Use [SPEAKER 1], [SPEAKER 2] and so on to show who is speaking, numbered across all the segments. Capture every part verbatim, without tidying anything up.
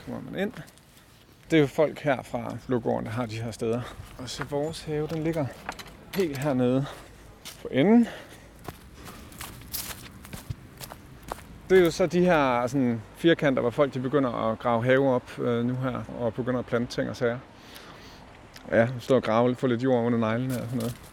[SPEAKER 1] kommer man ind. Det er jo folk her fra Blågården, der har de her steder. Og så vores have, den ligger helt hernede på enden. Det er jo så de her sådan, firkanter, hvor folk de begynder at grave have op øh, nu her, og begynder at plante ting og sager. Ja, stå og grave lidt, få lidt jord under neglene og sådan noget.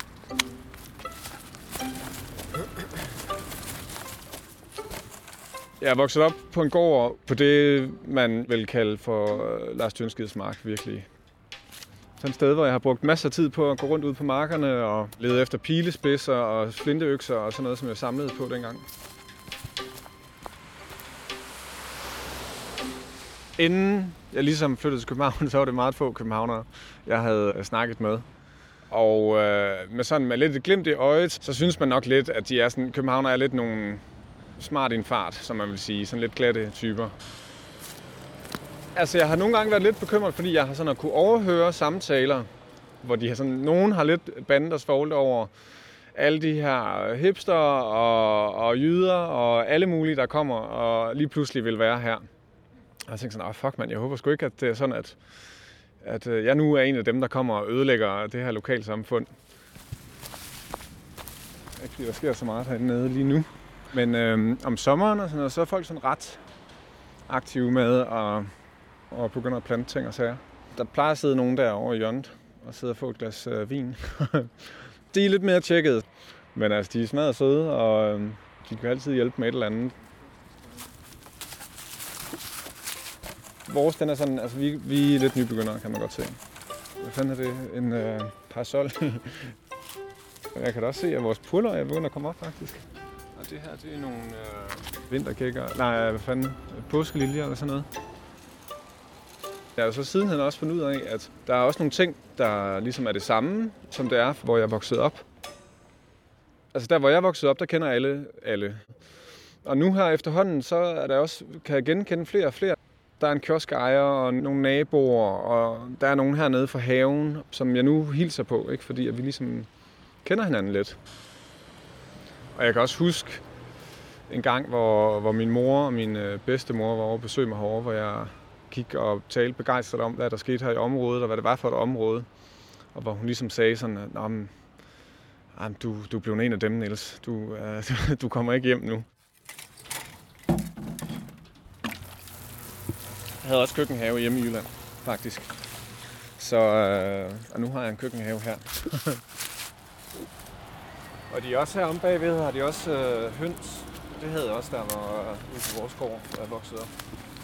[SPEAKER 1] Jeg er vokset op på en gård på det, man vil kalde for Lars Tyndskids mark, virkelig. Sådan et sted, hvor jeg har brugt masser af tid på at gå rundt ud på markerne og lede efter pilespidser og flinteøkser og sådan noget, som jeg samlede på dengang. Inden jeg ligesom flyttede til København, så var det meget få københavnere, jeg havde snakket med. Og øh, med sådan med lidt et glimt i øjet, så synes man nok lidt, at de er sådan, københavnere er lidt nogle smart i en fart, som man vil sige. Sådan lidt glatte typer. Altså, jeg har nogle gange været lidt bekymret, fordi jeg har sådan at kunne overhøre samtaler, hvor de har sådan, nogen har lidt bandet og svolt over alle de her hipster og, og jyder og alle mulige, der kommer og lige pludselig vil være her. Og jeg tænkte sådan, åh oh, fuck mand, jeg håber sgu ikke, at det er sådan, at, at jeg nu er en af dem, der kommer og ødelægger det her lokalsamfund. Ikke fordi der sker så meget herinde lige nu. Men øhm, om sommeren og sådan noget, så er folk sådan ret aktive med at, at begynde at plante ting og sager. Der plejer at sidde nogen derovre i hjørnet og sidde og få et glas øh, vin. De er lidt mere tjekket, men altså, de er smadret søde, og øhm, de kan altid hjælpe med et eller andet. Vores, den er sådan, altså vi, vi er lidt nybegyndere, kan man godt se. Hvad fanden er det? En øh, parasol. Jeg kan da også se, at vores puller er begyndt at komme op, faktisk. Og det her, det er nogle øh, vintergækker. Nej, hvad fanden? Påskeliljer eller sådan noget. Jeg har så sidenhen også fundet ud af, at der er også nogle ting, der ligesom er det samme, som det er, hvor jeg voksede op. Altså der, hvor jeg voksede op, der kender alle alle. Og nu her efterhånden, så er der også, kan jeg genkende flere og flere. Der er en kioskejer og nogle naboer, og der er nogen hernede fra haven, som jeg nu hilser på, ikke? Fordi at vi ligesom kender hinanden lidt. Og jeg kan også huske en gang, hvor, hvor min mor og min bedstemor var over og besøgte mig herovre, hvor jeg gik og talte begejstret om, hvad der skete her i området, og hvad det var for et område. Og hvor hun ligesom sagde sådan, at du, du blev en af dem, Niels. Du, uh, du kommer ikke hjem nu. Jeg havde også køkkenhave hjemme i Jylland, faktisk. Så øh, og nu har jeg en køkkenhave her. Og de er også her om bagved, har de også øh, høns. Det havde jeg også der, hvor jeg ude på vores gård, hvor jeg voksede op.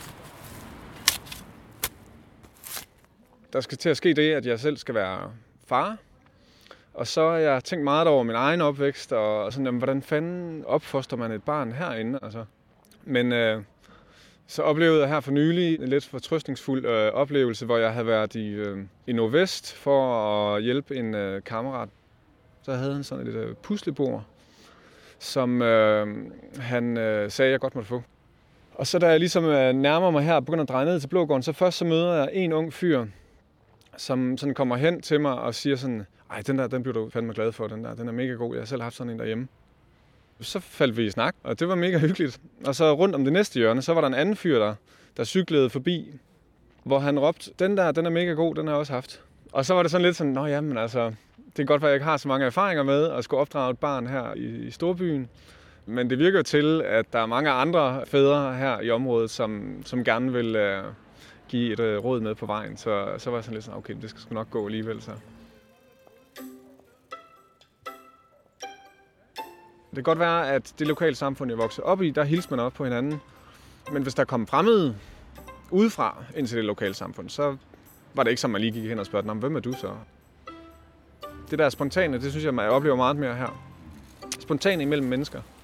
[SPEAKER 1] Der skal til at ske det, at jeg selv skal være far. Og så har jeg tænkt meget over min egen opvækst, og sådan, jamen, hvordan fanden opfoster man et barn herinde? Altså. Men øh, så oplevede jeg her for nylig en lidt fortrøstningsfuld øh, oplevelse, hvor jeg havde været i, øh, i Nordvest for at hjælpe en øh, kammerat. Så havde han sådan et øh, puslebord, som øh, han øh, sagde, jeg godt måtte få. Og så da jeg ligesom øh, nærmer mig her og begynder at dreje ned til Blågården, så først så møder jeg en ung fyr, som sådan kommer hen til mig og siger sådan, ej, den der, den bliver du fandme glad for, den der, den er mega god, jeg har selv haft sådan en derhjemme. Så faldt vi i snak, og det var mega hyggeligt. Og så rundt om det næste hjørne, så var der en anden fyr, der, der cyklede forbi, hvor han råbte, den der, den er mega god, den har jeg også haft. Og så var det sådan lidt sådan, nå jamen altså, det kan godt være, at jeg ikke har så mange erfaringer med at skulle opdrage et barn her i, i storbyen. Men det virker til, at der er mange andre fædre her i området, som, som gerne vil uh, give et uh, råd med på vejen. Så, så var jeg sådan lidt sådan, okay, det skal sgu nok gå alligevel så. Det kan godt være, at det lokale samfund, jeg voksede op i, der hilser man op på hinanden. Men hvis der kom fremmede udefra ind til det lokale samfund, så var det ikke som, man lige gik hen og spurgte, hvem er du så? Det der spontane, det synes jeg, jeg oplever meget mere her. Spontane imellem mennesker.